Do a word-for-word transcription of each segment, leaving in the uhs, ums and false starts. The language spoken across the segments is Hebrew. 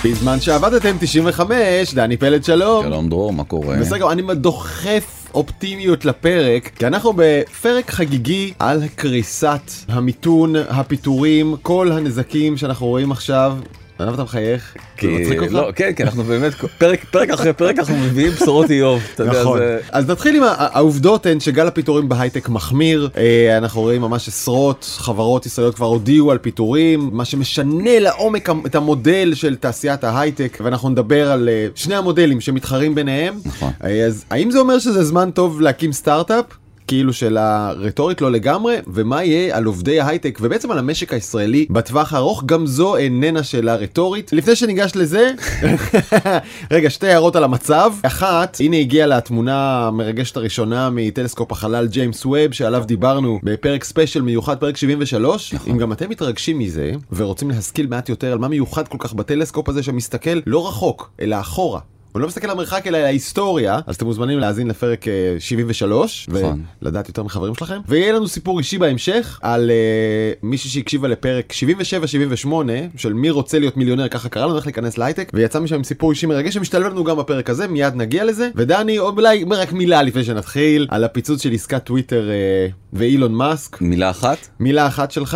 בזמן שעבדתם תשעים וחמש, דני פלד שלום. שלום דרור, מה קורה? בסדר, אני דוחף אופטימיות לפרק, כי אנחנו בפרק חגיגי על קריסת המיתון, הפיטורים, כל הנזקים שאנחנו רואים עכשיו. למה אתה מחייך? זה מצחיק אותך? לא, כן, כי אנחנו באמת, פרק, פרק אחרי פרק אנחנו מביאים בשורות איוב. נכון. אז נתחיל עם העובדות הן שגל הפיטורים בהייטק מחמיר, אנחנו רואים ממש עשרות חברות ישראליות כבר הודיעו על פיטורים, מה שמשנה לעומק את המודל של תעשיית ההייטק, ואנחנו נדבר על שני המודלים שמתחרים ביניהם. נכון. אז האם זה אומר שזה זמן טוב להקים סטארט-אפ? כאילו של הרטורית לא לגמרי, ומה יהיה על עובדי ההייטק ובעצם על המשק הישראלי בטווח הארוך, גם זו איננה שאלה רטורית. לפני שניגש לזה, רגע, שתי הערות על המצב. אחת, הנה הגיעה לתמונה המרגשת הראשונה מטלסקופ החלל ג'יימס ווב, שעליו דיברנו בפרק ספיישל מיוחד, פרק שבעים ושלוש. אם גם אתם מתרגשים מזה, ורוצים להשכיל מעט יותר על מה מיוחד כל כך בטלסקופ הזה שמסתכל לא רחוק, אלא אחורה. הוא לא מסתכל על המרחק אלא על ההיסטוריה, אז אתם מוזמנים להאזין לפרק שבעים ושלוש, נכון. ולדעת יותר מחברים שלכם. ויהיה לנו סיפור אישי בהמשך, על uh, מישהי שהקשיבה לפרק שבעים ושבע שבעים ושמונה, של מי רוצה להיות מיליונר, ככה קרה לנו, איך להיכנס להייטק, ויצא משם עם סיפור אישי מרגש, שמשתלב לנו גם בפרק הזה, מיד נגיע לזה. ודני, עוד אולי רק מילה לפני שנתחיל, על הפיצוץ של עסקת טוויטר uh, ואילון מאסק. מילה אחת? מילה אחת שלך?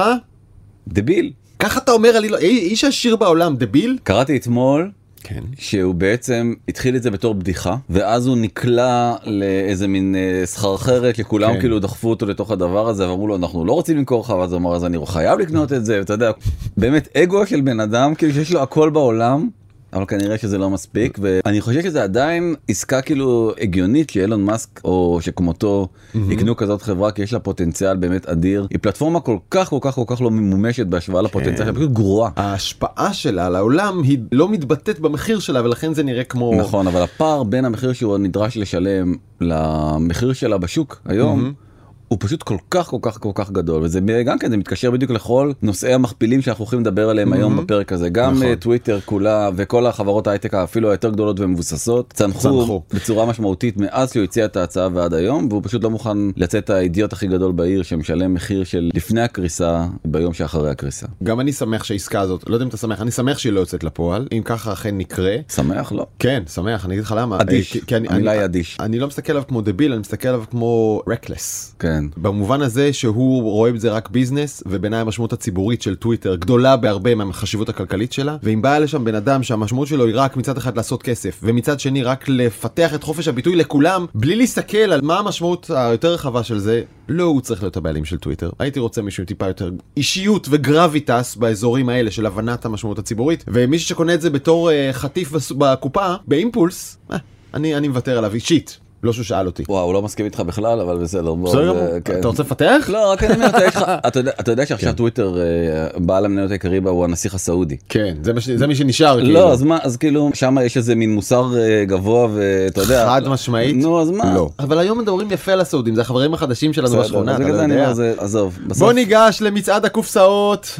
דביל. ככה אתה אומר על אילון, איש עשיר בעולם, דביל? קראתי אתמול, כן. שהוא בעצם התחיל את זה בתור בדיחה, ואז הוא נקלע לאיזה מין אה, סחרחרת, לכולם כן. כאילו דחפו אותו לתוך הדבר הזה, ואמרו לו, אנחנו לא רוצים למכור לך, ואז הוא אמר, אז אני חייב לקנות את זה, ואתה יודע, באמת אגו של בן אדם, כאילו שיש לו הכל בעולם, אבל כנראה שזה לא מספיק, ואני חושב שזה עדיין עסקה כאילו הגיונית שאילון מאסק או שכמותו יקנו כזאת חברה, כי יש לה פוטנציאל באמת אדיר. היא פלטפורמה כל כך כל כך כל כך לא ממומשת בהשוואה לפוטנציאל, היא פשוט גרועה. ההשפעה שלה על העולם היא לא מתבטאת במחיר שלה, ולכן זה נראה כמו... נכון, אבל הפער בין המחיר שהוא נדרש לשלם למחיר שלה בשוק היום, הוא פשוט כל כך כל כך כל כך גדול, וזה גם כן, זה מתקשר בדיוק לכל נושאי המכפילים שאנחנו הולכים לדבר עליהם היום בפרק הזה. גם טוויטר כולה וכל החברות ההייטק אפילו היותר גדולות ומבוססות צנחו בצורה משמעותית מאז שהוא הציע את ההצעה ועד היום, והוא פשוט לא מוכן לצאת את האידיוט הכי גדול בעיר שמשלם מחיר של לפני הקריסה ביום שאחרי הקריסה. גם אני שמח שהעסקה הזאת, לא יודע אם אתה שמח, אני שמח שהיא לא יוצאת לפועל, אם ככה אכן נקרה. שמח? לא. כן, שמח, אני אגיד לך למה. אדיש, המילה היא אדיש. אני לא מסתכל עליו כמו דביל, אני מסתכל עליו כמו reckless. כן. במובן הזה שהוא רואה בזה רק ביזנס, ובעיניי המשמעות הציבורית של טוויטר גדולה בהרבה מהחשיבות הכלכלית שלה, ואם בא לשם בן אדם שהמשמעות שלו היא רק מצד אחד לעשות כסף, ומצד שני רק לפתח את חופש הביטוי לכולם, בלי להסתכל על מה המשמעות היותר רחבה של זה, לא הוא צריך להיות הבעלים של טוויטר. הייתי רוצה מישהו טיפה יותר אישיות וגרביטס באזורים האלה של הבנת המשמעות הציבורית, ומישהו שקונה את זה בתור uh, חטיף בקופה, באימפולס, אה, אני, אני מוותר עליו אישית. לא שהוא שאל אותי. וואו, הוא לא מסכים איתך בכלל, אבל בסדר. אתה רוצה לפתח? לא, רק אני אומר, אתה יודע שעכשיו טוויטר בעל המניות העיקרי בה הוא הנסיך הסעודי. כן, זה מי שנשאר. לא, אז מה, אז כאילו, שם יש איזה מין מוסר גבוה, ואתה יודע. חד משמעית? נו, אז מה? לא. אבל היום מדברים יפה על הסעודים, זה החברים החדשים שלנו בשכונה, אתה לא יודע. עזוב. בוא ניגש למצעד הקופסאות,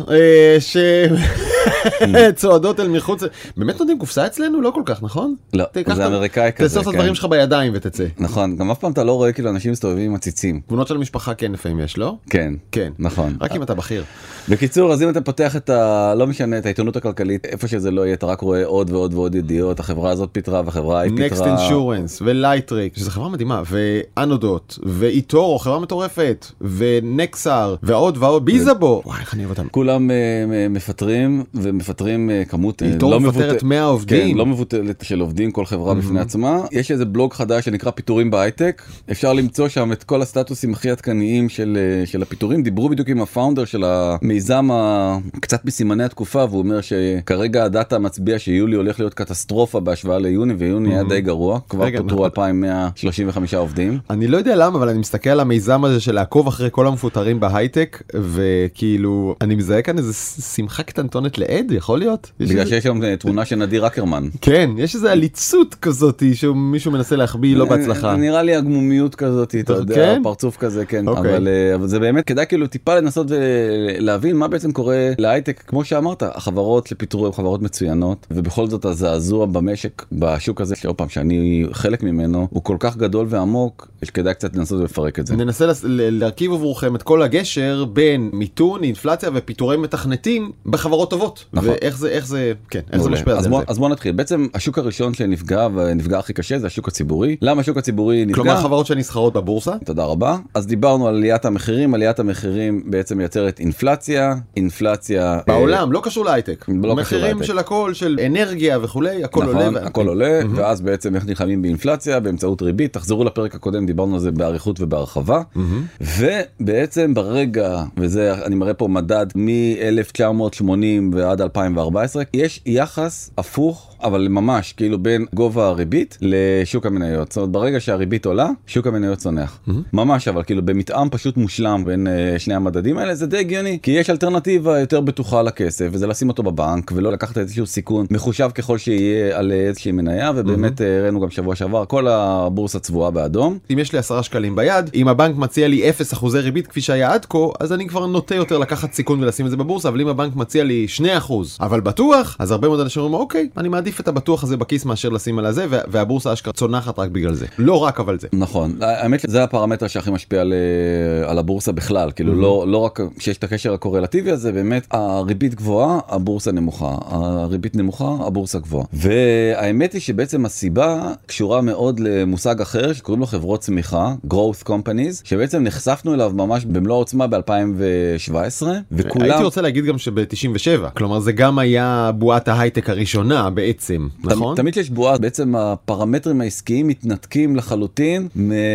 צועדות אל מחוץ. באמת נותנים קופסה אצלנו? לא כל כך, נכון? לא, זה אמריקאי כזה. תאסוף את הדברים שלך בידיים ותצא. נכון, גם אף פעם אתה לא רואה כאילו אנשים מסתובבים עם הציצים. תמונות של המשפחה כן לפעמים יש, לא? כן. כן. נכון. רק אם אתה בכיר. בקיצור, אז אם אתה פותח את ה... לא משנה, את העיתונות הכלכלית, איפה שזה לא יהיה, אתה רק רואה עוד ועוד ועוד ידיעות, החברה הזאת פיתרה והחברה היא פיתרה. Next Insurance ולייטריק, שזו חברה מדהימה, ואנודוט, ואיתורו, חברה מטורפת, ונקסר, ועוד ועוד, ביזאבו. וואי, איך אני אוהב אותם. כולם מפטרים, ומפטרים כמות... איתורו מפטרת מאה עובדים. כן, לא מבוטלת של עובדים, כל חברה בפני עצמה. יש איזה בלוג חדש שנקרא פיטורים בהייטק. אפשר למצוא שם את כל הסטטוסים הכי עדכניים של, של הפיטורים. דיברו בדיוק עם הפאונדר של המיזם קצת בסימני התקופה, והוא אומר שכרגע הדאטה מצביע שיולי הולך להיות קטסטרופה בהשוואה ליוני, ויוני היה די גרוע. כבר פוטרו אלפיים מאה שלושים וחמישה עובדים. אני לא יודע למה, אבל אני מסתכל על המיזם הזה של לעקוב אחרי כל המפוטרים בהייטק, וכאילו, אני מזהה כאן איזו שמחה קטנטונת לעד, יכול להיות? בגלל שיש שם תמונה של נדיר אקרמן. כן, יש איזו עליצות כזאת שמישהו מנסה להחביא לא בהצלחה. נראה לי הגמומיות כזאת, אתה יודע, פרצוף כזה, כן. אבל זה באמת כדאי כאילו טיפה לנסות ולהבין מה בעצם קורה להייטק, כמו שאמרת, החברות שפיטרו הן חברות מצוינות, ובכל זאת הזעזוע במשק, בשוק הזה, שעוד פעם, שאני חלק ממנו, הוא כל כך גדול ועמוק, שכדאי קצת לנסות ולפרק את זה. ננסה להרכיב עבורכם את כל הגשר בין מיתון, אינפלציה ופיטורי מתכנתים בחברות טובות. נכון. ואיך זה, איך זה, כן, איך זה משפיע על זה. אז בוא נתחיל. בעצם השוק הראשון שנפגע ונפגע הכי קשה זה השוק הציבורי. למה השוק הציבורי נפגע? כלומר חברות שנסחרות בבורסה. תודה רבה. אז דיברנו על עליית המחירים, עליית המחירים בעצם מייצרת אינפלציה, אינפלציה בעולם, לא קשור להייטק. לא מחירים של הכל, של אנרגיה וכולי, הכל עולה. נכון, הכל עולה, ואז בעצם איך נלחמים באינפלציה באמצעות ריבית. תחזרו לפרק הקודם, דיברנו על זה באריכות ובהרחבה. ובעצם ברגע, וזה אני מראה פה מדד מ-אלף תשע מאות שמונים ועד אלפיים וארבע עשרה, יש יחס הפוך, אבל ממש כאילו בין גובה הריבית לשוק המניות. זאת אומרת, ברגע שהריבית עולה, שוק המניות צונח. ממש, אבל כאילו במתאם פשוט מושלם בין שני המדדים האלה, זה די הגיוני, כי יש אלטרנטיבה יותר בטוחה לכסף, וזה לשים אותו בבנק, ולא לקחת איזשהו סיכון מחושב ככל שיהיה על איזושהי מניה, ובאמת ראינו גם שבוע שעבר, כל הבורסה צבועה באדום. אם יש לי עשרה שקלים ביד, אם הבנק מציע לי אפס אחוזי ריבית כפי שהיה עד כה, אז אני כבר נוטה יותר לקחת סיכון ולשים את זה בבורסה, אבל אם הבנק מציע לי שני אחוז, אבל בטוח, אז הרבה מאוד אנשים אומרים, אוקיי, אני מעדיף את הבטוח הזה בכיס מאשר לשים על הזה, והבורסה אשכרה צונחת רק בגלל זה. לא רק אבל זה. נכון. האמת שזה הפרמטר שהכי משפיע על, על הבורסה בכלל, כאילו mm-hmm. לא, לא רק שיש את הקשר הקורלטיבי הזה, באמת הריבית גבוהה, הבורסה נמוכה. הריבית נמוכה, הבורסה גבוהה. והאמת היא שבעצם הסיבה קשורה מאוד למושג אחר שקוראים לו חברות צמיחה, growth companies, שבעצם נחשפנו אליו ממש במלוא העוצמה ב-אלפיים שבע עשרה, וכולם... הייתי רוצה להגיד גם שב-תשעים ושבע, כלומר זה גם היה בועת ההייטק הראשונה בעצם, נכון? תמיד יש בועה, בעצם הפרמטרים העסקיים מתנתקים לחלוטין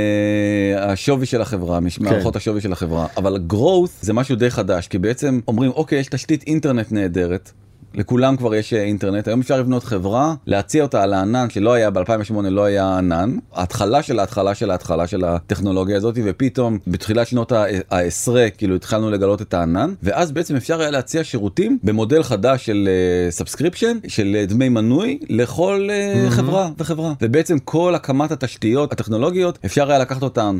מהשווי של החברה, מערכות השווי של החברה, אבל growth זה משהו די חדש, כי בעצם אומרים, אוקיי, יש תשתית אינטרנט נהדרת, לכולם כבר יש אינטרנט, היום אפשר לבנות חברה, להציע אותה על הענן שלא היה, ב-אלפיים ושמונה לא היה ענן, ההתחלה של ההתחלה של ההתחלה של הטכנולוגיה הזאת, ופתאום בתחילת שנות העשרה, כאילו התחלנו לגלות את הענן, ואז בעצם אפשר היה להציע שירותים במודל חדש של סאבסקריפשן, של דמי מנוי, לכל mm-hmm. חברה וחברה. ובעצם כל הקמת התשתיות הטכנולוגיות, אפשר היה לקחת אותן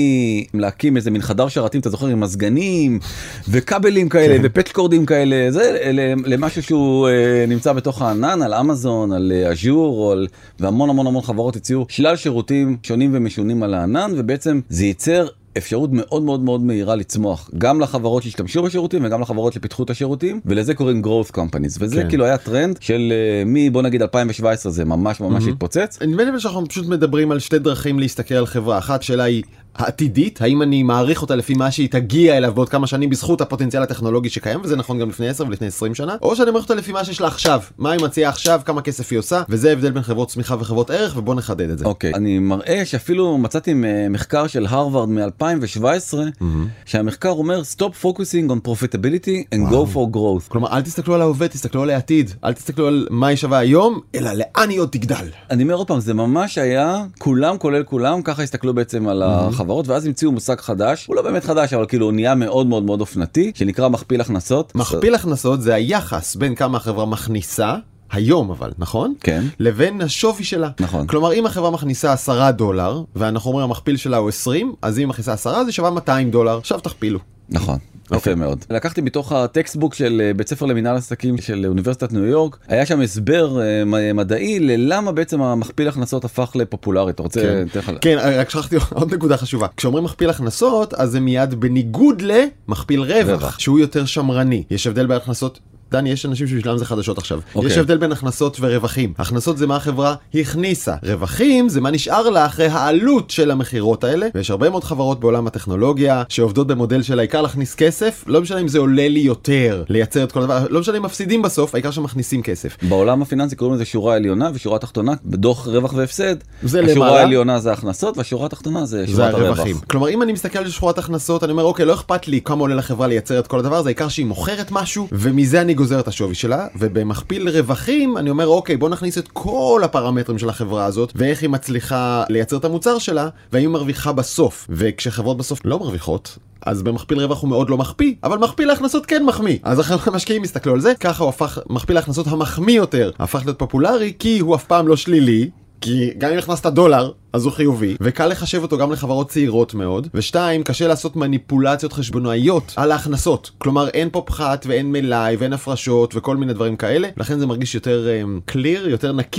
מלהקים איזה מין חדר שרתים, אתה זוכר, עם מזגנים, וכבלים כאלה, ופצ'קורדים כאלה, זה למשהו שהוא הוא נמצא בתוך הענן, על אמזון, על אז'ור, על... והמון המון המון חברות הציעו שלל שירותים שונים ומשונים על הענן, ובעצם זה ייצר אפשרות מאוד מאוד מאוד מהירה לצמוח, גם לחברות שהשתמשו בשירותים וגם לחברות שפיתחו את השירותים, ולזה קוראים growth companies, וזה כן. כאילו היה טרנד של מי, בוא נגיד אלפיים שבע עשרה, זה ממש ממש mm-hmm. התפוצץ. אני מבין שאנחנו פשוט מדברים על שתי דרכים להסתכל על חברה, אחת שאלה היא העתידית, האם אני מעריך אותה לפי מה שהיא תגיע אליו בעוד כמה שנים בזכות הפוטנציאל הטכנולוגי שקיים, וזה נכון גם לפני עשר ולפני עשרים שנה, או שאני מעריך אותה לפי מה שיש לה עכשיו, מה היא מציעה עכשיו, כמה כסף היא עושה, וזה ההבדל בין חברות צמיחה וחברות ערך, ובוא נחדד את זה. אוקיי, אני מראה שאפילו מצאתי מחקר של הרווארד מ-אלפיים שבע עשרה, שהמחקר אומר stop focusing on profitability and go for growth. כלומר, אל תסתכלו על העובד, תסתכלו על העתיד, אל תסתכלו על מה היא שווה היום, אלא לאן היא עוד תגדל. אני אומר עוד פעם, זה ממש היה כולם כולל כולם, ככה הסתכלו בעצם על החברות, ואז המציאו מושג חדש, הוא לא באמת חדש, אבל כאילו הוא נהיה מאוד מאוד מאוד אופנתי, שנקרא מכפיל הכנסות. מכפיל הכנסות זה היחס בין כמה החברה מכניסה, היום אבל, נכון? כן. לבין השווי שלה. נכון. כלומר, אם החברה מכניסה עשרה דולר, ואנחנו אומרים המכפיל שלה הוא עשרים, אז אם מכניסה עשרה זה שווה מאתיים דולר, עכשיו תכפילו. נכון. יפה מאוד. לקחתי מתוך הטקסטבוק של בית ספר למנהל עסקים של אוניברסיטת ניו יורק, היה שם הסבר מדעי ללמה בעצם המכפיל הכנסות הפך לפופולרי. אתה רוצה... כן, רק שכחתי עוד נקודה חשובה. כשאומרים מכפיל הכנסות, אז זה מיד בניגוד למכפיל רווח, שהוא יותר שמרני. יש הבדל בהכנסות... דני, יש אנשים שבשלם זה חדשות עכשיו. Okay. יש הבדל בין הכנסות ורווחים. הכנסות זה מה החברה הכניסה. רווחים זה מה נשאר לה אחרי העלות של המחירות האלה. ויש הרבה מאוד חברות בעולם הטכנולוגיה שעובדות במודל של העיקר להכניס כסף. לא משנה אם זה עולה לי יותר לייצר את כל הדבר. לא משנה אם מפסידים בסוף, העיקר שמכניסים כסף. בעולם הפיננסי קוראים לזה שורה עליונה ושורה תחתונה. בדוח רווח והפסד. זה השורה למעלה. העליונה זה הכנסות והשורה התחתונה זה שורת הרווח. כלומר, אם אני מסתכל על שורת הכנסות, אני אומר, אוקיי, לא אכפת לי כמה עולה לחברה לייצר את כל הדבר, זה העיקר שהיא מוכרת משהו, ומזה אני גוזר את השווי שלה, ובמכפיל רווחים אני אומר, אוקיי, בוא נכניס את כל הפרמטרים של החברה הזאת, ואיך היא מצליחה לייצר את המוצר שלה, והיא מרוויחה בסוף. וכשחברות בסוף לא מרוויחות, אז במכפיל רווח הוא מאוד לא מחפיא, אבל מכפיל ההכנסות כן מחמיא. אז המשקיעים הסתכלו על זה, ככה הוא הפך, מכפיל ההכנסות המחמיא יותר, הפך להיות פופולרי, כי הוא אף פעם לא שלילי, כי גם אם הכנסת דולר, אז הוא חיובי, וקל לחשב אותו גם לחברות צעירות מאוד, ושתיים, קשה לעשות מניפולציות חשבונאיות על ההכנסות. כלומר, אין פה פחת ואין מלאי ואין הפרשות וכל מיני דברים כאלה, לכן זה מרגיש יותר um, clear, יותר נקי,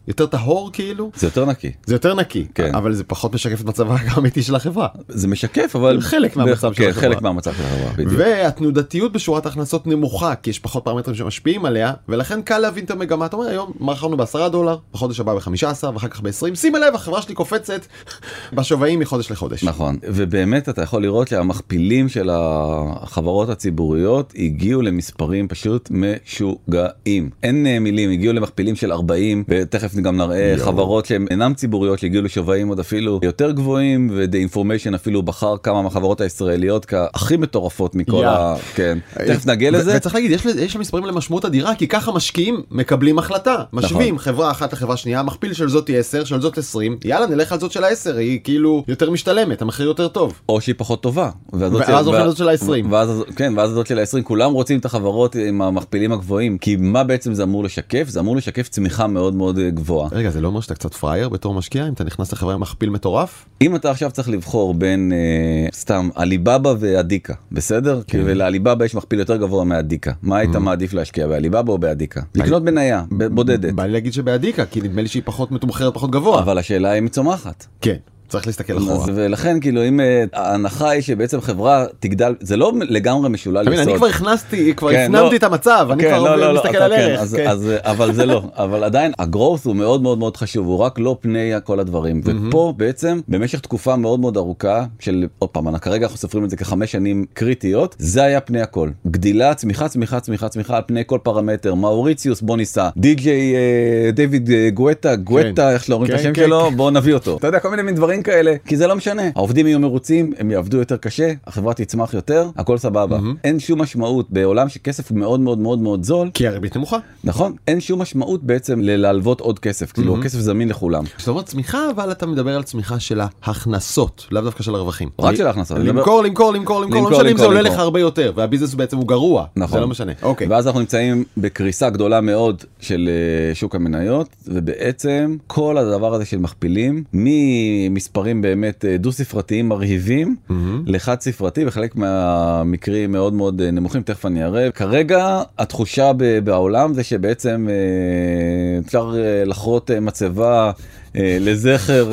יותר טהור כאילו. זה יותר נקי. זה יותר נקי, כן. אבל זה פחות משקף את מצבה האמיתי של החברה. זה משקף, אבל... חלק מהמצב של כן, החברה. חלק מהמצב של החברה, בדיוק. והתנודתיות בשורת ההכנסות נמוכה, כי יש פחות פרמטרים שמשפיעים עליה, ולכן קל להבין את המגמה. אתה אומר, היום מכרנו ב-עשרה דולר, בחודש הבא ב-חמישה עשר, ואחר כך ב-עשרים. שימי לב, החברה שלי קופצת בשווים מחודש לחודש. נכון, ובאמת אתה יכול לראות שהמכפילים של החברות הציבוריות הגיעו למספרים פשוט משוגעים. אין מילים, הגיעו למכפילים של ארבעים, ותכף גם נראה יו. חברות שהן אינן ציבוריות שהגיעו לשווים עוד אפילו יותר גבוהים, ו-The Information אפילו בחר כמה מהחברות הישראליות כהכי מטורפות מכל yeah. ה... כן, תכף נגיע לזה. וצריך להגיד, יש, יש למספרים למשמעות אדירה, כי ככה משקיעים מקבלים החלטה. משווים נכון. חברה אחת לחברה שנייה, מכפיל של זאת היא עשר, של זאת עשרים, יאללה נלך על זאת של ה-עשר, היא כאילו יותר משתלמת, המחיר יותר טוב. או שהיא פחות טובה. ואז הולכים לזאת של ה-עשרים. כן, ואז זאת של ה-עשרים, כולם רוצים את החברות עם המכפילים הגבוהים, כי מה בעצם זה אמור לשקף? זה אמור לשקף צמיחה מאוד מאוד גבוהה. רגע, זה לא אומר שאתה קצת פרייר בתור משקיע, אם אתה נכנס לחברה עם מכפיל מטורף? אם אתה עכשיו צריך לבחור בין, אה, סתם, אליבאבא ואדיקה, בסדר? כי לאליבאבא יש מכפיל יותר גבוה מאדיקה. מה היית מעדיף להשקיע, באליבאבא או באדיקה? לקנות בניה, בודדת. בא לי להגיד שבאדיקה, כי נדמה לי שהיא פחות מתומחרת, פחות גבוה. אבל השאלה היא מצומחת. כן. צריך להסתכל אחורה. ולכן כאילו אם ההנחה היא שבעצם חברה תגדל, זה לא לגמרי משולל יסוד. אני כבר הכנסתי, כבר הפנמתי את המצב, אני כבר מסתכל על ערך. אבל זה לא, אבל עדיין הגרוס הוא מאוד מאוד מאוד חשוב, הוא רק לא פני כל הדברים. ופה בעצם במשך תקופה מאוד מאוד ארוכה של, עוד פעם, כרגע אנחנו סופרים את זה כחמש שנים קריטיות, זה היה פני הכל. גדילה, צמיחה, צמיחה, צמיחה, צמיחה על פני כל פרמטר. מאוריציוס, בוא ניסע. די-ג'יי דיוויד גואטה, גואטה, איך שלא אומרים את השם שלו, בוא נביא אותו. אתה יודע, כל מיני מין דברים כאלה, כי זה לא משנה. העובדים יהיו מרוצים, הם יעבדו יותר קשה, החברה תצמח יותר, הכל סבבה. Mm-hmm. אין שום משמעות בעולם שכסף הוא מאוד מאוד מאוד מאוד זול. כי הריבית נמוכה. נכון. אין שום משמעות בעצם ללהלוות עוד כסף, mm-hmm. כאילו הכסף זמין לכולם. זאת אומרת צמיחה, אבל אתה מדבר על צמיחה של ההכנסות, לאו דווקא של הרווחים. רק של ההכנסות. למכור, למכור, למכור, למכור, לא משנה אם זה עולה לך הרבה יותר, והביזנס בעצם הוא גרוע. נכון. זה לא משנה. אוקיי. ואז אנחנו נמצאים בקריסה גדולה מאוד של שוק המניות, ובעצם כל הדבר הזה של מכפילים, ממספרים באמת דו ספרתיים מרהיבים mm-hmm. לחד ספרתי, וחלק מהמקרים מאוד מאוד נמוכים, תכף אני אראה. כרגע התחושה בעולם זה שבעצם אפשר לחרות מצבה לזכר,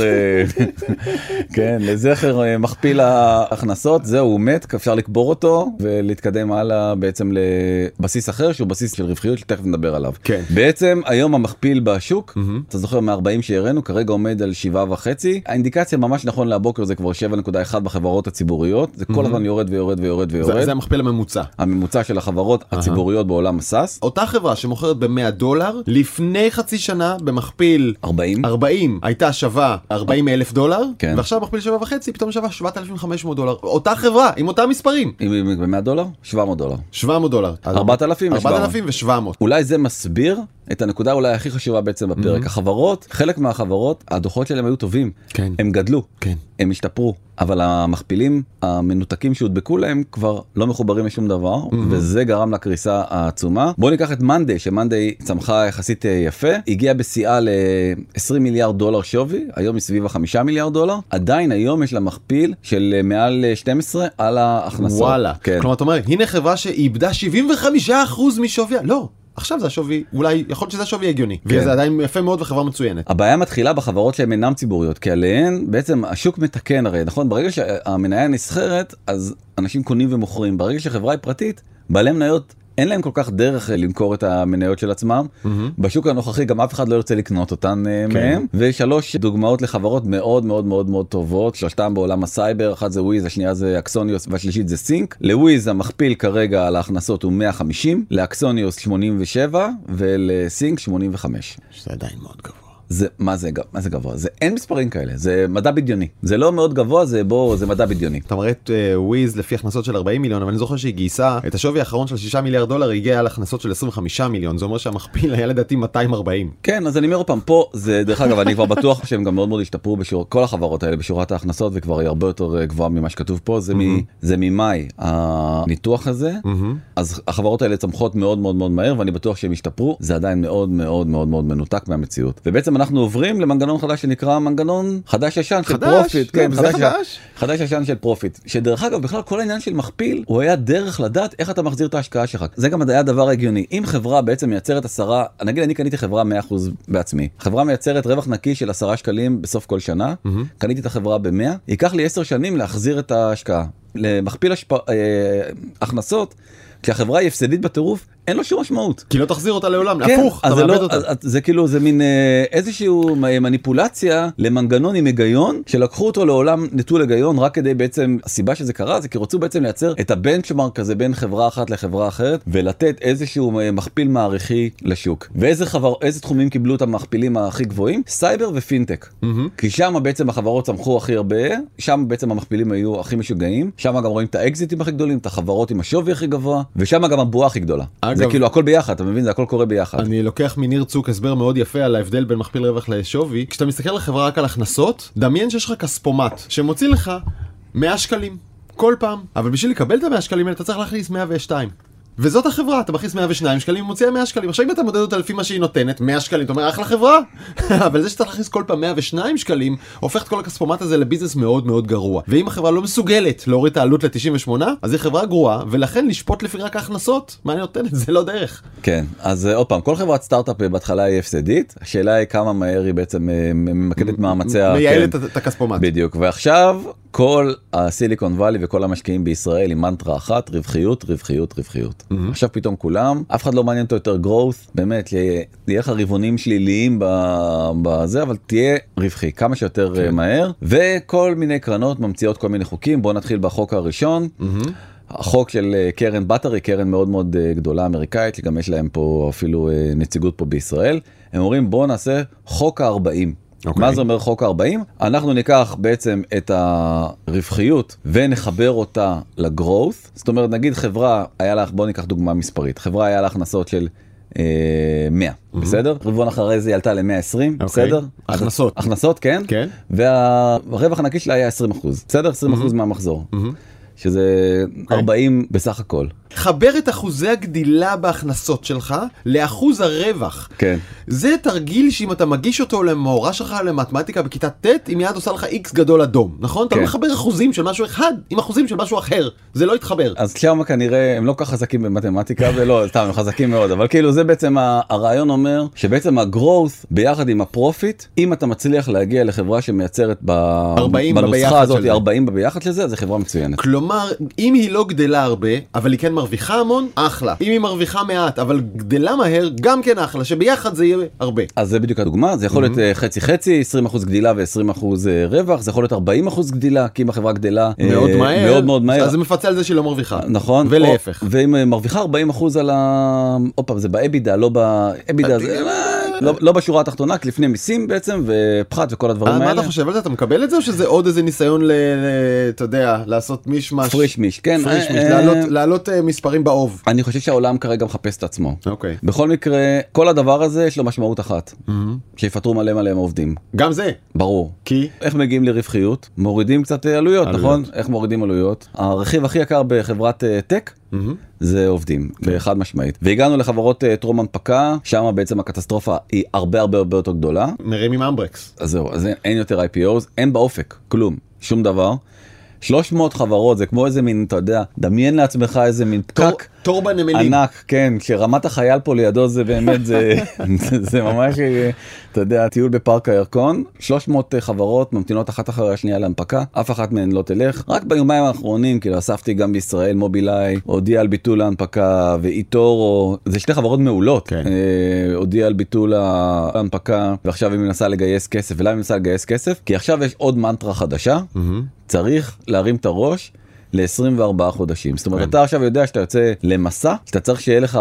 כן, לזכר מכפיל ההכנסות, זהו, הוא מת, אפשר לקבור אותו ולהתקדם הלאה בעצם לבסיס אחר, שהוא בסיס של רווחיות, שתכף נדבר עליו. כן. בעצם היום המכפיל בשוק, אתה זוכר מ-ארבעים שהראינו, כרגע עומד על שבעה וחצי, האינדיקציה ממש נכון לבוקר זה כבר שבע נקודה אחת בחברות הציבוריות, זה כל הזמן יורד ויורד ויורד ויורד. זה המכפיל הממוצע. הממוצע של החברות הציבוריות בעולם הסאס. אותה חברה שמוכרת ב-מאה דולר, לפני חצי שנה במכפיל ארבעים. ארבעים הייתה שווה ארבעים אלף דולר, כן. ועכשיו מכפיל שבע וחצי פתאום שווה שבעת אלפים וחמש מאות דולר. אותה חברה עם אותם מספרים. עם ב-מאה דולר? שבע מאות דולר. שבע מאות דולר. ארבעת אלפים ושבע מאות. אולי זה מסביר את הנקודה אולי הכי חשובה בעצם בפרק. החברות, חלק מהחברות, הדוחות שלהם היו טובים. כן. הם גדלו. כן. הם השתפרו. אבל המכפילים המנותקים שהודבקו להם כבר לא מחוברים לשום דבר, mm-hmm. וזה גרם לקריסה העצומה. בואו ניקח את מנדי, שמנדי צמחה יחסית יפה, הגיעה בשיאה ל-עשרים מיליארד דולר שווי, היום היא סביב ה-חמישה מיליארד דולר, עדיין היום יש לה מכפיל של מעל שתים עשרה על ההכנסות. וואלה. כן. כלומר, אתה אומר, הנה חברה שאיבדה שבעים וחמישה אחוז משוויה. לא. עכשיו זה השווי, אולי יכול להיות שזה השווי הגיוני, כן. וזה עדיין יפה מאוד וחברה מצוינת. הבעיה מתחילה בחברות שהן אינן ציבוריות, כי עליהן בעצם השוק מתקן הרי, נכון? ברגע שהמניה נסחרת, אז אנשים קונים ומוכרים. ברגע שחברה היא פרטית, בעלי מניות אין להם כל כך דרך למכור את המניות של עצמם. Mm-hmm. בשוק הנוכחי גם אף אחד לא ירצה לקנות אותן כן. מהם. ושלוש דוגמאות לחברות מאוד מאוד מאוד מאוד טובות, שלושתם בעולם הסייבר, אחת זה וויז, השנייה זה אקסוניוס, והשלישית זה סינק. לוויז המכפיל כרגע על ההכנסות הוא מאה וחמישים, לאקסוניוס שמונים ושבע, ולסינק שמונים וחמש. שזה עדיין מאוד גבוה. זה, מה זה, מה זה גבוה? זה אין מספרים כאלה, זה מדע בדיוני. זה לא מאוד גבוה, זה בוא, זה מדע בדיוני. אתה מראה את וויז לפי הכנסות של ארבעים מיליון, אבל אני זוכר שהיא גייסה את השווי האחרון של שישה מיליארד דולר, הגיעה על הכנסות של עשרים וחמישה מיליון, זה אומר שהמכפיל היה לדעתי מאתיים וארבעים. כן, אז אני אומר פעם, פה זה, דרך אגב, אני כבר בטוח שהם גם מאוד מאוד השתפרו בשור, כל החברות האלה בשורת ההכנסות, וכבר היא הרבה יותר גבוהה ממה שכתוב פה, זה, מ, זה ממאי הניתוח הזה, אז החברות האלה צמחות מאוד מאוד מאוד מהר, ואני בטוח שהם השתפרו, זה עדיין מאוד מאוד מאוד מאוד מנותק מהמציאות. ובעצם אנחנו עוברים למנגנון חדש שנקרא מנגנון חדש ישן של חדש? פרופיט. כן, כן, זה חדש, חדש? חדש ישן של פרופיט. שדרך אגב, בכלל כל העניין של מכפיל, הוא היה דרך לדעת איך אתה מחזיר את ההשקעה שלך. זה גם היה דבר הגיוני. אם חברה בעצם מייצרת עשרה, נגיד אני קניתי חברה מאה אחוז בעצמי. חברה מייצרת רווח נקי של עשרה שקלים בסוף כל שנה. Mm-hmm. קניתי את החברה ב-מאה. ייקח לי עשר שנים להחזיר את ההשקעה. למכפיל השפ... אה, הכנסות, כשהחברה היא הפסדית בטירוף, אין לו שום משמעות. כי לא תחזיר אותה לעולם, כן, הפוך, אתה מאבד לא, אותה. אז, זה כאילו, זה מין אה, איזשהו מניפולציה למנגנון עם היגיון, שלקחו אותו לעולם נטול היגיון, רק כדי בעצם, הסיבה שזה קרה, זה כי רוצו בעצם לייצר את הבנצ'מרק הזה בין חברה אחת לחברה אחרת, ולתת איזשהו מכפיל מעריכי לשוק. ואיזה חבר, איזה תחומים קיבלו את המכפילים הכי גבוהים? סייבר ופינטק. Mm-hmm. כי שם בעצם החברות צמחו הכי הרבה, שם בעצם המכפילים היו הכי משוגעים, שם גם רואים את האקזיטים הכי גדולים, את החברות עם השווי הכי גבוה, ושם גם הבועה הכי גדולה. אגב, זה כאילו הכל ביחד, אתה מבין? זה הכל קורה ביחד. אני לוקח מניר צוק הסבר מאוד יפה על ההבדל בין מכפיל רווח לשווי. כשאתה מסתכל על חברה רק על הכנסות, דמיין שיש לך כספומט שמוציא לך מאה שקלים כל פעם, אבל בשביל לקבל את ה-מאה שקלים האלה אתה צריך להכניס מאה ושתיים. וזאת החברה, אתה מכניס מאה ושתיים שקלים ומוציאה מאה שקלים. עכשיו אם אתה מודד אותה לפי מה שהיא נותנת, מאה שקלים, אתה אומר, אחלה חברה. אבל זה שאתה להכניס כל פעם מאה ושתיים שקלים, הופך את כל הכספומט הזה לביזנס מאוד מאוד גרוע. ואם החברה לא מסוגלת להוריד את העלות ל-תשעים ושמונה, אז היא חברה גרועה, ולכן לשפוט לפי רק ההכנסות, מה אני נותנת? זה לא דרך. כן, אז עוד פעם, כל חברת סטארט-אפ בהתחלה היא הפסדית, השאלה היא כמה מהר היא בעצם ממקדת מאמציה. מייעלת את הכספומט. בדיוק, ועכשיו כל הסיליקון ואלי וכל המשקיעים בישראל עם מנטרה אחת, רווחיות, רווחיות, רווחיות. Mm-hmm. עכשיו פתאום כולם, אף אחד לא מעניין אותו יותר growth, באמת, תהיה לך רבעונים שליליים בזה, אבל תהיה רווחי כמה שיותר כן. מהר, וכל מיני קרנות ממציאות כל מיני חוקים. בואו נתחיל בחוק הראשון. Mm-hmm. החוק של קרן בטרי, קרן מאוד מאוד גדולה אמריקאית, שגם יש להם פה אפילו נציגות פה בישראל. הם אומרים בואו נעשה חוק ה-ארבעים. Okay. מה זה אומר חוק ה-ארבעים? אנחנו ניקח בעצם את הרווחיות ונחבר אותה לגרוth. זאת אומרת, נגיד חברה, היה לך, בוא ניקח דוגמה מספרית, חברה היה לה הכנסות של אה, מאה, mm-hmm. בסדר? רבעון אחרי זה היא עלתה ל-מאה ועשרים, okay. בסדר? הכנסות. הכנסות, כן. כן. והרווח הנקי שלה היה עשרים אחוז, בסדר? עשרים אחוז mm-hmm. מהמחזור. Mm-hmm. שזה okay. ארבעים בסך הכל. חבר את אחוזי הגדילה בהכנסות שלך לאחוז הרווח. כן. זה תרגיל שאם אתה מגיש אותו למורה שלך למתמטיקה בכיתה ט', היא מיד עושה לך X גדול אדום, נכון? כן. אתה לא מחבר אחוזים של משהו אחד עם אחוזים של משהו אחר. זה לא יתחבר. אז שם כנראה הם לא כך חזקים במתמטיקה ולא, סתם, הם חזקים מאוד, אבל כאילו זה בעצם הרעיון אומר שבעצם הגרוth ביחד עם הפרופיט, אם אתה מצליח להגיע לחברה שמייצרת בנוסחה הזאת ארבעים ביחד לזה, אז זה חברה מצוינת. כלומר, אם היא לא גדלה הרבה, אבל היא כן מרוויחה המון, אחלה. אם היא מרוויחה מעט, אבל גדלה מהר, גם כן אחלה, שביחד זה יהיה הרבה. אז זה בדיוק הדוגמה, זה יכול להיות חצי חצי, עשרים אחוז גדילה ו-עשרים אחוז רווח, זה יכול להיות ארבעים אחוז גדילה, כי אם החברה גדלה מאוד מהר, מאוד מאוד מהר. אז זה מפצה על זה שהיא לא מרוויחה. נכון. ולהפך. ואם מרוויחה ארבעים אחוז על ה... אופה, זה באבידה, לא באבידה, לא, לא בשורה התחתונה, כי לפני מיסים בעצם, ופחת וכל הדברים האלה. מה אתה חושב על זה? אתה מקבל את זה, או שזה עוד איזה ניסיון, אתה יודע, לעשות מישמש? פריש מיש, כן. פריש מיש, לעלות מספרים באוב. אני חושב שהעולם כרגע מחפש את עצמו. אוקיי. בכל מקרה, כל הדבר הזה יש לו משמעות אחת. שיפטרו מלא מלא עובדים. גם זה? ברור. כי? איך מגיעים לרווחיות? מורידים קצת עלויות, נכון? איך מורידים עלויות? הרכיב הכי יקר בחברת טק, זה עובדים, באחד משמעית. והגענו לחברות טרום הנפקה, שם בעצם הקטסטרופה היא הרבה הרבה הרבה יותר גדולה. מרימים אמברקס. אז זהו, אז אין יותר איי פי או'ס, אין באופק, כלום, שום דבר. שלוש מאות חברות, זה כמו איזה מין, אתה יודע, דמיין לעצמך איזה מין פקק תור בנמלים. ענק, כן, שרמת החייל פה לידו זה באמת, זה, זה ממש, אתה יודע, טיול בפארק הירקון, שלוש מאות חברות ממתינות אחת אחרי השנייה להנפקה, אף אחת מהן לא תלך. רק ביומיים האחרונים, כאילו אספתי גם בישראל, מובילאיי, הודיע על ביטול ההנפקה, ואיטורו, זה שתי חברות מעולות, כן. אה, הודיע על ביטול ההנפקה, ועכשיו היא מנסה לגייס כסף. ולמה היא מנסה לגייס כסף? כי עכשיו יש עוד מנטרה חדשה, mm-hmm. צריך להרים את הראש ל-עשרים וארבעה חודשים. זאת אומרת, אתה עכשיו יודע שאתה יוצא למסע, שאתה צריך שיהיה לך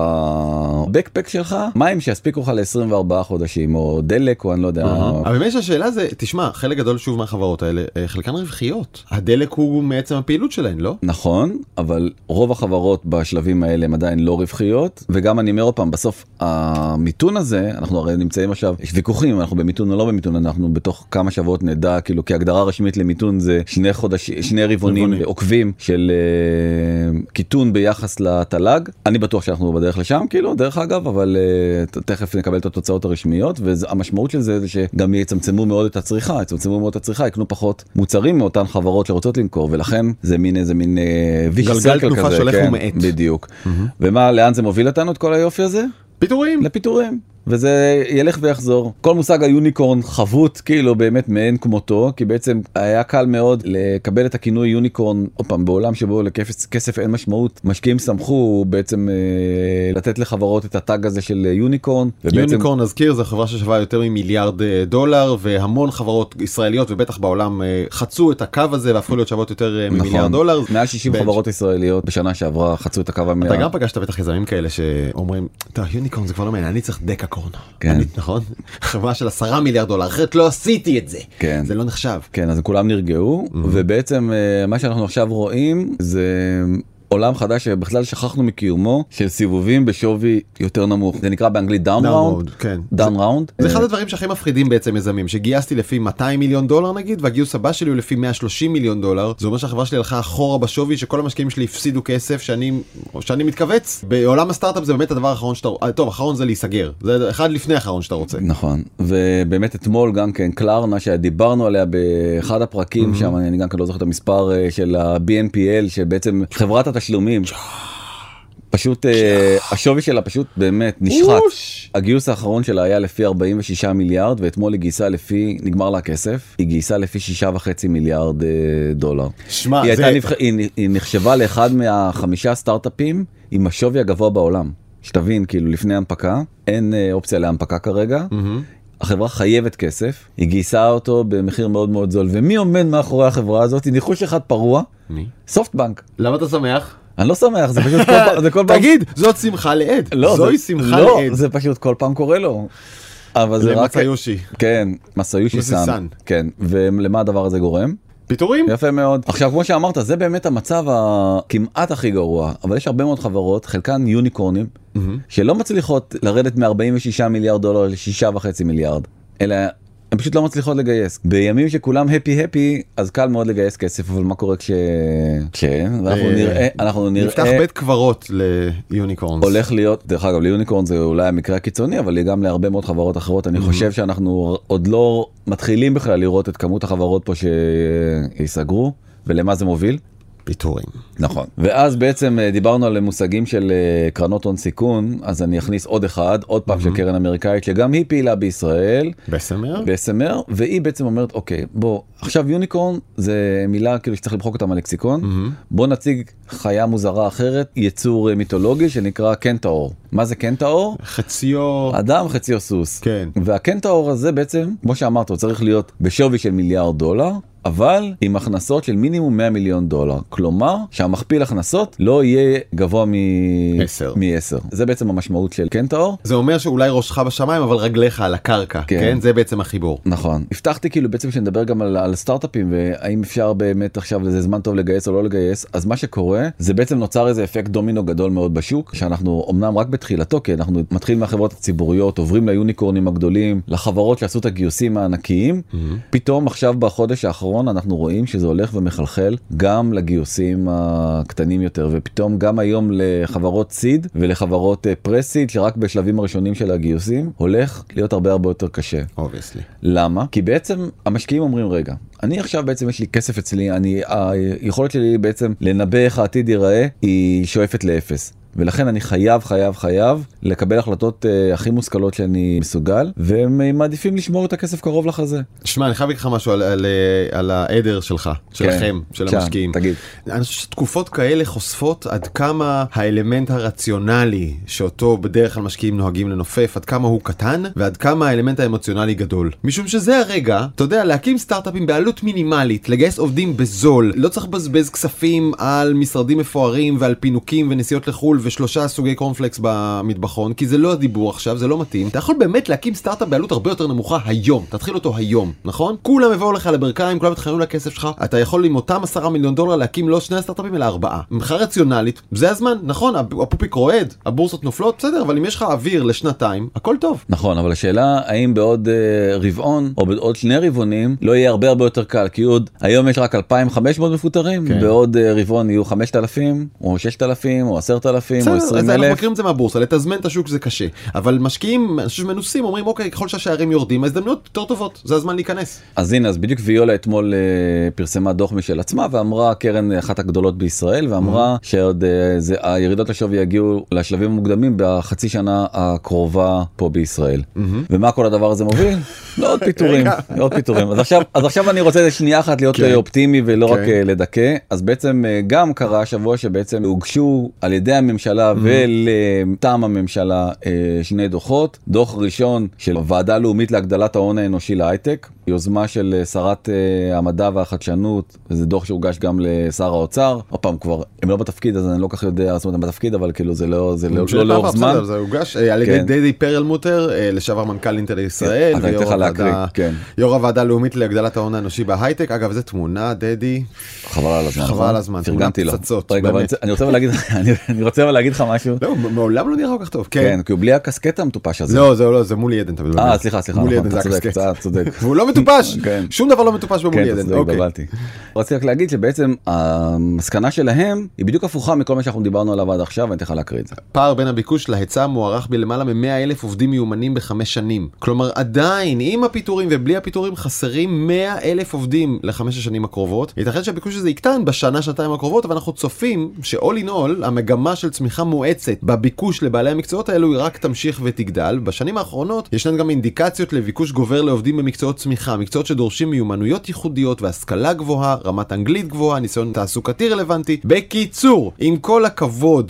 בבקפק שלך מים שיספיקו לך ל-עשרים וארבעה חודשים, או דלק, או אני לא יודע. אבל באמת השאלה זה, תשמע, חלק גדול שוב מהחברות האלה, חלקן רווחיות. הדלק הוא מעצם הפעילות שלהן, לא? נכון, אבל רוב החברות בשלבים האלה הם עדיין לא רווחיות, וגם אני אומר עוד פעם, בסוף המיתון הזה, אנחנו הרי נמצאים עכשיו, יש ויכוחים, אנחנו במיתון או לא במיתון, אנחנו בתוך כמה שבועות נדע, כאילו, כי הגדרה רשמית למיתון זה שני חודשים, שני רבעונים, נוקבים של uh, קיטון ביחס לתל"ג. אני בטוח שאנחנו בדרך לשם, כאילו, דרך אגב, אבל uh, תכף נקבל את התוצאות הרשמיות, והמשמעות של זה זה שגם יצמצמו מאוד את הצריכה, יצמצמו מאוד את הצריכה, יקנו פחות מוצרים מאותן חברות שרוצות למכור, ולכן זה מין איזה מין ויש סרקל כזה, כן, בדיוק. ומה, לאן זה מוביל אותנו את כל היופי הזה? פיטורים. לפיטורים. וזה ילך ויחזור. כל מושג היוניקורן חבוט כאילו באמת מעין כמותו, כי בעצם היה קל מאוד לקבל את הכינוי יוניקורן, עוד פעם, בעולם שבו לכסף אין משמעות, משקיעים סמכו בעצם אה, לתת לחברות את הטאג הזה של יוניקורן. ובעצם... יוניקורן, נזכיר, זו חברה ששווה יותר ממיליארד דולר, והמון חברות ישראליות ובטח בעולם אה, חצו את הקו הזה והפכו להיות שוות יותר אה, ממיליארד נכון. דולר. מעל שישים ב- חברות ישראליות בשנה שעברה חצו את הקו המאה. אתה גם פגשת בטח יזמים כאלה שאומרים, טוב, יוניקורן זה כבר לא מעניין, אני צריך דקה קורנה. כן. אני, נכון? חברה של עשרה מיליארד דולר, אחרת לא עשיתי את זה. כן. זה לא נחשב. כן, אז כולם נרגעו, mm-hmm. ובעצם מה שאנחנו עכשיו רואים זה עולם חדש שבכלל שכחנו מקיומו, של סיבובים בשווי יותר נמוך. זה נקרא באנגלית דאון ראונד. כן. דאון ראונד. זה אחד הדברים שהכי מפחידים בעצם יזמים, שגייסתי לפי מאתיים מיליון דולר נגיד, והגיוס הבא שלי הוא לפי מאה ושלושים מיליון דולר. זה אומר שהחברה שלי הלכה אחורה בשווי, שכל המשקיעים שלי הפסידו כסף, שאני, שאני מתכווץ. בעולם הסטארט-אפ זה באמת הדבר האחרון שאתה, טוב, האחרון זה להיסגר. זה אחד לפני האחרון שאתה רוצה. נכון. ובאמת אתמול גם כן קלארנה שדיברנו עליה באחד הפרקים שם, אני גם לא זוכר את המספר של ה-בי אן פי אל, שבעצם חברת התשלומים פשוט השווי שלה פשוט באמת נשחק. הגיוס האחרון שלה היה לפי ארבעים ושישה מיליארד, ואתמול היא גייסה לפי, נגמר לה הכסף, היא גייסה לפי שישה וחצי מיליארד דולר. שמה, היא, זה... נבח... היא, היא נחשבה לאחד מהחמישה סטארט-אפים עם השווי הגבוה בעולם. שתבין, כאילו לפני הנפקה, אין אופציה להנפקה כרגע. Mm-hmm. החברה חייבת כסף, היא גייסה אותו במחיר מאוד מאוד זול, ומי עומד מאחורי החברה הזאת? ניחוש אחד פרוע. מי? סופטבנק. למה אתה שמח? אני לא שמח, זה פשוט כל פעם, זה כל פעם... תגיד, זאת שמחה לעד. לא, זוהי זה, שמחה לא, לעד. זה פשוט כל פעם קורה לו. אבל זה רק... למסאיושי. כן, מסאיושי סאן. כן, ולמה הדבר הזה גורם? פיטורים? יפה מאוד. עכשיו, כמו שאמרת, זה באמת המצב הכמעט הכי גרוע, אבל יש הרבה מאוד חברות, חלקן יוניקורנים, mm-hmm. שלא מצליחות לרדת מ-ארבעים ושישה מיליארד דולר ל-שישה וחצי מיליארד, אלא... הן פשוט לא מצליחות לגייס. בימים שכולם הפי הפי, אז קל מאוד לגייס כסף, אבל מה קורה כש... כן, ואנחנו נראה, אנחנו נראה... נפתח בית קברות ליוניקורנס. הולך להיות, דרך אגב, ליוניקורן זה אולי המקרה הקיצוני, אבל גם להרבה מאוד חברות אחרות. אני חושב שאנחנו עוד לא מתחילים בכלל לראות את כמות החברות פה שיסגרו, ולמה זה מוביל? פיטורים. נכון. ואז בעצם דיברנו על מושגים של קרנות הון סיכון, אז אני אכניס עוד אחד, עוד פעם של קרן אמריקאית, שגם היא פעילה בישראל. בסמר? בסמר, והיא בעצם אומרת, אוקיי, בוא, עכשיו יוניקורן זה מילה כאילו שצריך למחוק אותה מהלקסיקון, בוא נציג חיה מוזרה אחרת, יצור מיתולוגי שנקרא קנטאור. מה זה קנטאור? חציו... אדם, חציו סוס. כן. והקנטאור הזה בעצם, כמו שאמרת, הוא צריך להיות בשווי של מיליארד דולר, אבל עם הכנסות של מינימום מאה מיליון דולר. כלומר, שהמכפיל הכנסות לא יהיה גבוה מ-עשר. זה בעצם המשמעות של קנטאור. זה אומר שאולי ראשך בשמיים, אבל רגליך על הקרקע. כן. כן? זה בעצם החיבור. נכון. הבטחתי כאילו בעצם שנדבר גם על, על סטארט-אפים, והאם אפשר באמת עכשיו לזה זמן טוב לגייס או לא לגייס. אז מה שקורה, זה בעצם נוצר איזה אפקט דומינו גדול מאוד בשוק, שאנחנו אמנם רק בתחילתו, כי אנחנו מתחילים מהחברות הציבוריות, עוברים ליוניקורנים הגדולים, לחברות שעשו את הגיוסים הענקיים. Mm-hmm. פתאום עכשיו בחודש האחרון אנחנו רואים שזה הולך ומחלחל גם לגיוסים הקטנים יותר, ופתאום גם היום לחברות סיד ולחברות פרסיד, שרק בשלבים הראשונים של הגיוסים, הולך להיות הרבה הרבה יותר קשה. Obviously. למה? כי בעצם המשקיעים אומרים, רגע, אני עכשיו בעצם יש לי כסף אצלי, אני, היכולת שלי בעצם לנבא איך העתיד ייראה, היא שואפת לאפס. ולכן אני חייב, חייב, חייב לקבל החלטות uh, הכי מושכלות שאני מסוגל, והם מעדיפים לשמור את הכסף קרוב לחזה. שמע, אני חייב להגיד לך משהו על, על, על העדר שלך, שלכם, כן, של שם, המשקיעים. תגיד. אני חושב שתקופות כאלה חושפות עד כמה האלמנט הרציונלי שאותו בדרך כלל משקיעים נוהגים לנופף, עד כמה הוא קטן, ועד כמה האלמנט האמוציונלי גדול. משום שזה הרגע, אתה יודע, להקים סטארט-אפים בעלות מינימלית, לגייס עובדים בזול, לא צריך לבזבז כספים על משרדים מפוארים ועל פינוקים ונסיעות לחול ושלושה סוגי קורנפלקס במטבחון, כי זה לא הדיבור עכשיו, זה לא מתאים. אתה יכול באמת להקים סטארט-אפ בעלות הרבה יותר נמוכה היום, תתחיל אותו היום, נכון? כולם יבואו לך לברכיים, כולם יתחילו לכסף שלך, אתה יכול עם אותם עשרה מיליון דולר להקים לא שני סטארט-אפים אלא ארבעה. מבחינה רציונלית, זה הזמן, נכון, הפופיק רועד, הבורסות נופלות, בסדר, אבל אם יש לך אוויר לשנתיים, הכל טוב. נכון, אבל השאלה האם בעוד uh, רבעון או בעוד שני רבעונים לא יהיה הרבה הרבה יותר קל, כי עוד היום יש רק אלפיים וחמש מאות מפוטרים, כן. בעוד uh, רבעון יהיו חמשת אלפים או ששת אלפים או עשרת אלפים או עשרים אלף. אנחנו מכירים את זה מהבורסה, לתזמן את השוק זה קשה, אבל משקיעים, אנשים מנוסים אומרים אוקיי, ככל שהשערים יורדים, ההזדמנויות יותר טובות, זה הזמן להיכנס. אז הנה, אז בדיוק ויולה אתמול uh, פרסמה דוח משל עצמה ואמרה, קרן אחת הגדולות בישראל, ואמרה mm-hmm. שעוד uh, זה, הירידות לשווי יגיעו לשלבים המוקדמים בחצי שנה הקרובה פה בישראל. Mm-hmm. ומה כל הדבר הזה מוביל? לא עוד פיתורים, לא עוד פיתורים. אז עכשיו, אז עכשיו אני רוצה לשנייה אחת להיות okay. אופטימי ולא okay. רק uh, לדכא. אז בעצם uh, גם קרה השבוע שבעצם הוגשו על ידי הממשלה mm-hmm. ולטעם הממשלה uh, שני דוחות. דוח ראשון של ועדה לאומית להגדלת ההון האנושי להייטק, יוזמה של שרת uh, המדע והחדשנות, וזה דוח שהוגש גם לשר האוצר. עוד פעם כבר, הם לא בתפקיד, אז אני לא כך יודע, זאת אומרת, הם בתפקיד, אבל כאילו זה לא, זה לא, לא לאורך זמן. זה הוגש על ידי דדי פרלמוטר, לשעבר מנכ"ל אינטל ישראל, ויו"ר הוועדה הלאומית להגדלת ההון האנושי בהייטק. אגב, זו תמונה, דדי. חבל על הזמן. חבל על הזמן. פרגנתי לו. אני רוצה להגיד, אני רוצה להגיד לך משהו. לא, מעולם לא נראה כל כך טוב. כן, כי הוא בלי הקסקט המטופש הזה. לא, זה לא, זה מולי עדן. אה, סליחה, סליחה. מולי עדן זה הקסקט. והוא לא מטופש. שום דבר לא מטופש במולי עדן. רציתי רק להגיד שבעצם המסקנה שלהם היא בדיוק הפוכה מכל מה שאנחנו דיברנו עליו עד עכשיו, ואני תוכל להקריא את זה. פער בין הביקוש להיצע מוערך בלמעלה מ-מאה אלף עובדים מיומנים בחמש שנים. כלומר, עדיין, עם הפיטורים ובלי הפיטורים, חסרים מאה אלף עובדים לחמש השנים הקרובות. ייתכן שהביקוש הזה יקטן בשנה, שנתיים הקרובות, אבל אנחנו צופים ש-all in all, המגמה של צמיחה מואצת בביקוש לבעלי המקצועות האלו היא רק תמשיך ותגדל. בשנים האחרונות ישנן גם אינדיקציות לביקוש גובר לעובדים במקצועות צמיחה, מקצועות שדורשים מיומנויות ייחודיות והשכלה גבוהה, רמת אנגלית גבוהה, ניסיון תעסוקתי רלוונטי. בקיצור, עם כל הכבוד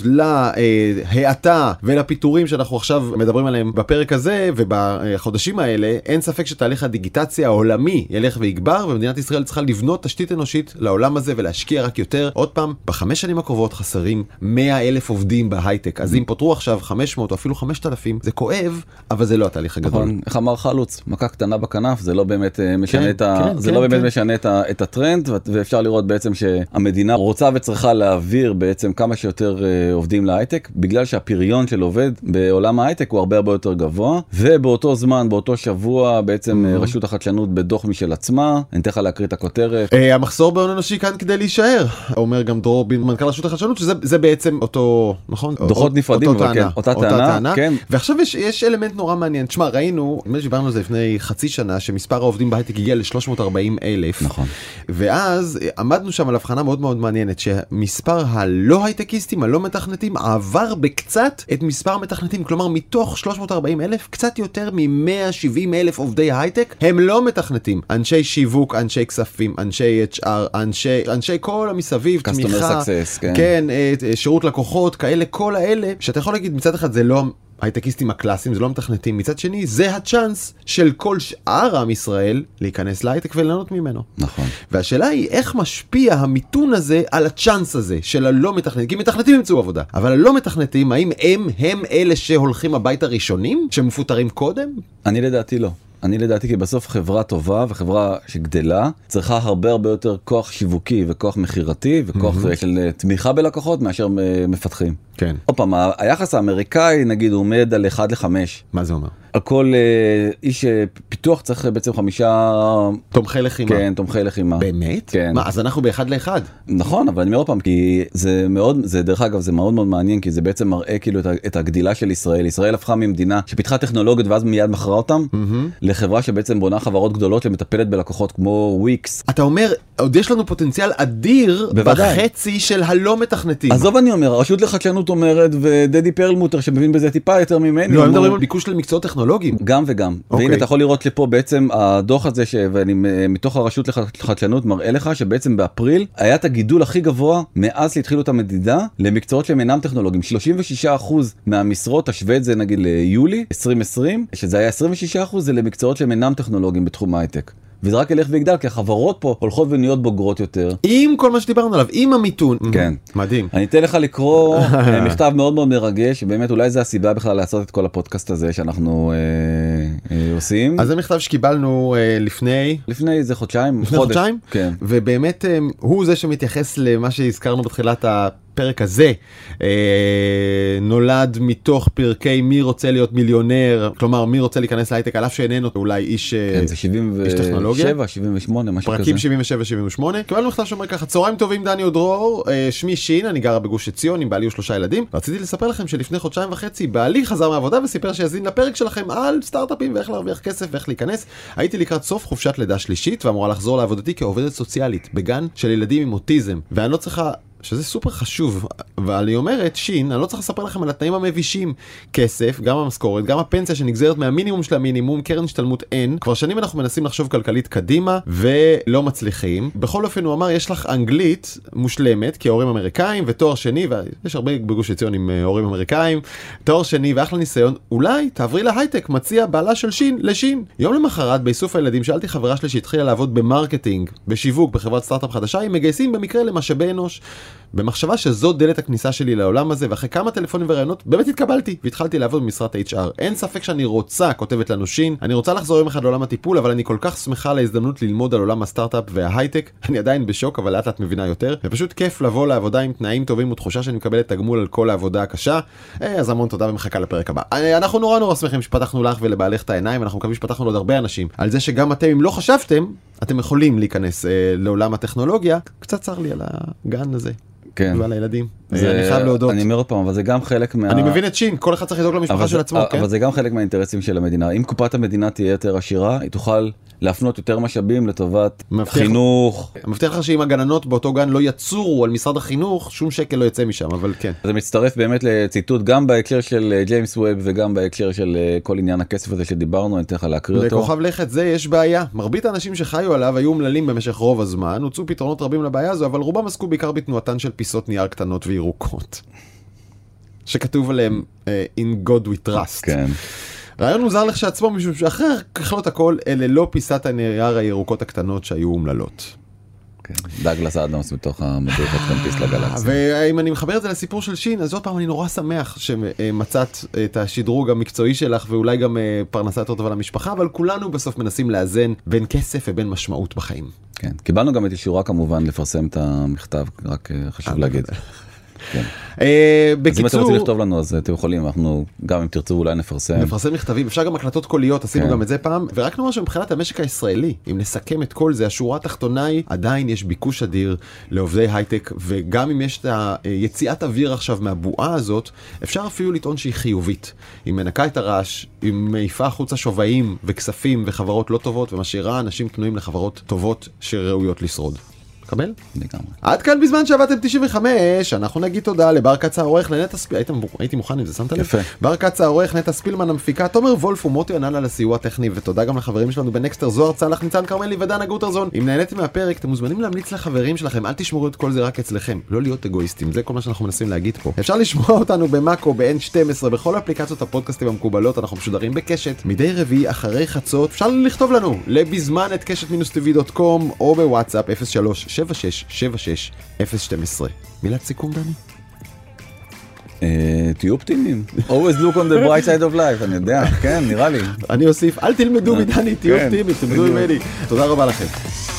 להאטה ולפיטורים שאנחנו עכשיו מדברים עליהם בפרק הזה ובחודשים האלה, אין ספק שתהליך הדיגיטציה העולמי ילך ויגבר, ומדינת ישראל צריכה לבנות תשתית אנושית לעולם הזה ולהשקיע רק יותר. עוד פעם, בחמש שנים הקרובות חסרים מאה אלף עובדים בהייטק, אז אם פותרו עכשיו חמש מאות או אפילו חמשת אלפים, זה כואב, אבל זה לא התהליך הגדול. איך אמר חלוץ, מכה קטנה בכנף, זה לא באמת משנה את ה... זה לא באמת משנה את הטרנד, ואפשר לראות בעצם שהמדינה רוצה וצריכה להעביר בעצם כמה שיותר עובדים להייטק, בגלל שהפריון של עובד בעולם ההייטק הוא הרבה הרבה יותר גבוה, ובאותו זמן, באותו שבוע, בעצם רשות החדשנות בדוח משל עצמה, אני אתן לך להקריא את הכותרת. המחסור בהון אנושי כאן כדי להישאר, אומר גם דרור בין מנכ"ל רשות החדשנות, שזה בעצם אותו, נכון? דוחות נפרדים, אותה טענה, כן. ועכשיו יש אלמנט נורא מעניין. תשמע, ראינו, אם דיברנו על זה לפני חצי שנה, שמספר העובדים בהייטק הגיע ל-שלוש מאות וארבעים אלף. נכון. ואז עמדנו שם על הבחנה מאוד מאוד מעניינת, שמספר הלא הייטקיסטים, הלא מתכנתים, עבר בקצת את מספר מתכנתים. כלומר, מתוך שלוש מאות וארבעים אלף, קצת יותר מ-מאה ושבעים אלף עובדי הייטק, הם לא מתכנתים. אנשי שיווק, אנשי כספים, אנשי אייץ' אר, אנשי, אנשי כל המסביב, תמיכה, success, כן. כן, שירות לקוחות, כאלה, כל האלה, שאתה יכול להגיד, מצד אחד זה לא הייטקיסטים הקלאסיים, זה לא מתכנתים, מצד שני, זה הצ'אנס של כל שאר עם ישראל להיכנס להייטק וליהנות ממנו. נכון. והשאלה היא, איך משפיע המיתון הזה על הצ'אנס הזה של הלא מתכנתים? כי מתכנתים ימצאו עבודה, אבל הלא מתכנתים, האם הם, הם אלה שהולכים הביתה ראשונים, שמפוטרים קודם? אני לדעתי לא. אני לדעתי כי בסוף חברה טובה וחברה שגדלה צריכה הרבה הרבה יותר כוח שיווקי וכוח מחירתי וכוח mm-hmm. של תמיכה בלקוחות מאשר מפתחים. כן. עוד פעם, היחס האמריקאי נגיד הוא עומד על אחד לחמש. מה זה אומר? על כל איש פיתוח צריך בעצם חמישה... תומכי לחימה. כן, תומכי לחימה. באמת? כן. מה, אז אנחנו באחד לאחד. נכון, אבל אני אומר עוד פעם, כי זה מאוד, זה דרך אגב, זה מאוד מאוד מעניין, כי זה בעצם מראה כאילו את הגדילה של ישראל. ישראל הפכה ממדינה שפיתחה טכנולוגיות ואז מיד מכרה אותם, mm-hmm. לחברה שבעצם בונה חברות גדולות שמטפלת בלקוחות כמו וויקס. אתה אומר, עוד יש לנו פוטנציאל אדיר בוודאי. בחצי של הלא מתכנתים. עזוב אני אומר, הרשות לחדשנות אומרת, ודדי פרלמוטר שמבין בזה טיפה יותר ממני. לא, הם מדברים על ביקוש לטכנולוגיים טכנולוגיים. גם וגם. Okay. והנה אתה יכול לראות שפה בעצם הדוח הזה ואני מתוך הרשות לחדשנות מראה לך שבעצם באפריל היה את הגידול הכי גבוה מאז שהתחילו את המדידה למקצועות שהם אינם טכנולוגיים. שלושים ושישה אחוז מהמשרות, תשווה את זה נגיד ליולי עשרים עשרים, שזה היה עשרים ושישה אחוז זה למקצועות שהם אינם טכנולוגיים בתחום ההייטק. וזה רק ילך ויגדל, כי החברות פה הולכות ונהיות בוגרות יותר. עם כל מה שדיברנו עליו, עם המיתון. כן. מדהים. אני אתן לך לקרוא מכתב מאוד מאוד מרגש, שבאמת אולי זה הסיבה בכלל לעשות את כל הפודקאסט הזה שאנחנו אה, אה, עושים. אז זה מכתב שקיבלנו אה, לפני... לפני איזה חודשיים. לפני חודש. חודשיים? כן. ובאמת אה, הוא זה שמתייחס למה שהזכרנו בתחילת ה... הפרק הזה אה, נולד מתוך פרקי מי רוצה להיות מיליונר, כלומר מי רוצה להיכנס להייטק, על אף שאיננו אולי איש, כן, זה שבעים ושבע, שבעים ושמונה, משהו כזה. פרקים שבעים ושבע שבעים ושמונה. קיבלנו מכתב שאומר ככה, צהריים טובים דני ודרור, אה, שמי שין, אני גרה בגוש עציון עם בעלי ושלושה ילדים. רציתי לספר לכם שלפני חודשיים וחצי בעלי חזר מהעבודה וסיפר שיזין לפרק שלכם על סטארט-אפים ואיך להרוויח כסף ואיך להיכנס. הייתי לקראת סוף חופשת לידה שלישית ואמורה לחזור לעבודתי כעובדת סוציאלית בגן של ילדים עם אוטיזם, ואני לא צריכה, שזה סופר חשוב, אבל היא אומרת, שין, אני לא צריך לספר לכם על התנאים המבישים. כסף, גם המשכורת, גם הפנסיה שנגזרת מהמינימום של המינימום, קרן השתלמות אין. כבר שנים אנחנו מנסים לחשוב כלכלית קדימה, ולא מצליחים. בכל אופן הוא אמר, יש לך אנגלית מושלמת, כי ההורים אמריקאים, ותואר שני, ויש הרבה בגוש עציון עם הורים אמריקאים, תואר שני ואחלה ניסיון, אולי תעברי להייטק, מציע בעלה של שין לשין. יום למחרת, באיסוף הילדים, שאלתי חברה שלי שהתחילה לעבוד במרקטינג, בשיווק, בחברת סטארט-אפ חדשה, הם מגייסים במקרה למשאבי אנוש. במחשבה שזו דלת הכניסה שלי לעולם הזה, ואחרי כמה טלפונים ורעיונות, באמת התקבלתי, והתחלתי לעבוד במשרת אייץ' אר. אין ספק שאני רוצה, כותבת לנו שין, אני רוצה לחזור יום אחד לעולם הטיפול, אבל אני כל כך שמחה על ההזדמנות ללמוד על עולם הסטארט-אפ וההייטק. אני עדיין בשוק, אבל לאט לאט מבינה יותר, ופשוט כיף לבוא לעבודה עם תנאים טובים ותחושה שאני מקבלת תגמול על כל העבודה הקשה. אז המון תודה ומחכה לפרק הבא. אנחנו נורא נורא שמחים שפתחנו לך ולבעלך את העיניים, אנחנו מקווים שפתחנו לעוד הרבה אנשים על זה שגם אתם, אם לא חשבתם, אתם יכולים להיכנס אה, לעולם הטכנולוגיה. קצת צר לי על הגן הזה. כן. ועל הילדים. זה, אני חייב להודות. אני אומר עוד פעם, אבל זה גם חלק מה... אני מבין את שין, כל אחד צריך לדאוג למשפחה של עצמו, כן? אבל זה גם חלק מהאינטרסים של המדינה. אם קופת המדינה תהיה יותר עשירה, היא תוכל להפנות יותר משאבים לטובת חינוך. מבטיח לך שאם הגננות באותו גן לא יצורו על משרד החינוך, שום שקל לא יצא משם, אבל כן. זה מצטרף באמת לציטוט גם בהקשר של ג'יימס ווב וגם בהקשר של כל עניין הכסף הזה שדיברנו, אני אתן לך להקריא אותו. לכוכב לכת זה יש בעיה. מרבית האנשים שחיו עליו היו אומללים במשך רוב הזמן, הוצאו פתרונות רבים לבעיה הזו, אבל רובם עסקו בעיקר בתנועתן של פיסות נייר קטנות וירוקות. שכתוב עליהם uh, In God We Trust. כן. רעיון מוזר לך שעצמו, משום שאחרי ככלות הכל, אלה לא פיסת הנייר הירוקות הקטנות שהיו אומללות. כן. דאגלס אדמס מתוך המדריך הטרמפיסט לגלקסיה. ואם אני מחבר את זה לסיפור של שין, אז עוד פעם אני נורא שמח שמצאת את השדרוג המקצועי שלך, ואולי גם פרנסה יותר טובה למשפחה, אבל כולנו בסוף מנסים לאזן בין כסף ובין משמעות בחיים. כן. קיבלנו גם את אישורה כמובן לפרסם את המכתב, רק חשוב להגיד. כן. בקיצור, אז אם אתם רוצים לכתוב לנו אז אתם יכולים, אנחנו גם אם תרצו אולי נפרסם. נפרסם מכתבים, אפשר גם הקלטות קוליות, עשינו גם את זה פעם, ורק נאמר שמבחינת המשק הישראלי, אם נסכם את כל זה, השורה התחתונה היא, עדיין יש ביקוש אדיר לעובדי הייטק, וגם אם יש את היציאת אוויר עכשיו מהבועה הזאת, אפשר אפילו לטעון שהיא חיובית. היא מנקה את הרעש, היא מעיפה החוצה שווים וכספים וחברות לא טובות, ומשאירה אנשים פנויים לחברות טובות שראויות לשרוד. קבל? לגמרי. עד כאן בזמן שעבדתם תשעים וחמש, אנחנו נגיד תודה לבר קצה העורך, לנטע ספילמן, הייתי מוכן עם זה, שמת לב? יפה. בר קצה העורך, נטע ספילמן המפיקה, תומר וולף ומוטי ענן על הסיוע הטכני, ותודה גם לחברים שלנו בנקסטר, זוהר צלח, ניצן קרמלי ודנה גוטרזון. אם נהניתם מהפרק, אתם מוזמנים להמליץ לחברים שלכם, אל תשמרו את כל זה רק אצלכם, לא להיות אגואיסטים, זה כל מה שאנחנו מנסים להגיד פה. אפשר לשמוע אותנו במאקו, ב-אן שתים עשרה, בכל אפליקציות הפודקאסטים המקובלות, אנחנו משודרים בקשת, מדי רביעי אחרי חצות. אפשר לכתוב לנו לבזמן את קשת מינוס טי וי דוט קום או בוואטסאפ אפס שלוש שבע שש שבע שש אפס שתים עשרה. מילת סיכום דני? תהיו אופטימיים. Always look on the bright side of life, אני יודע, כן, נראה לי. אני אוסיף, אל תלמדו מדני, תהיו אופטימיים, תלמדו ממני. תודה רבה לכם.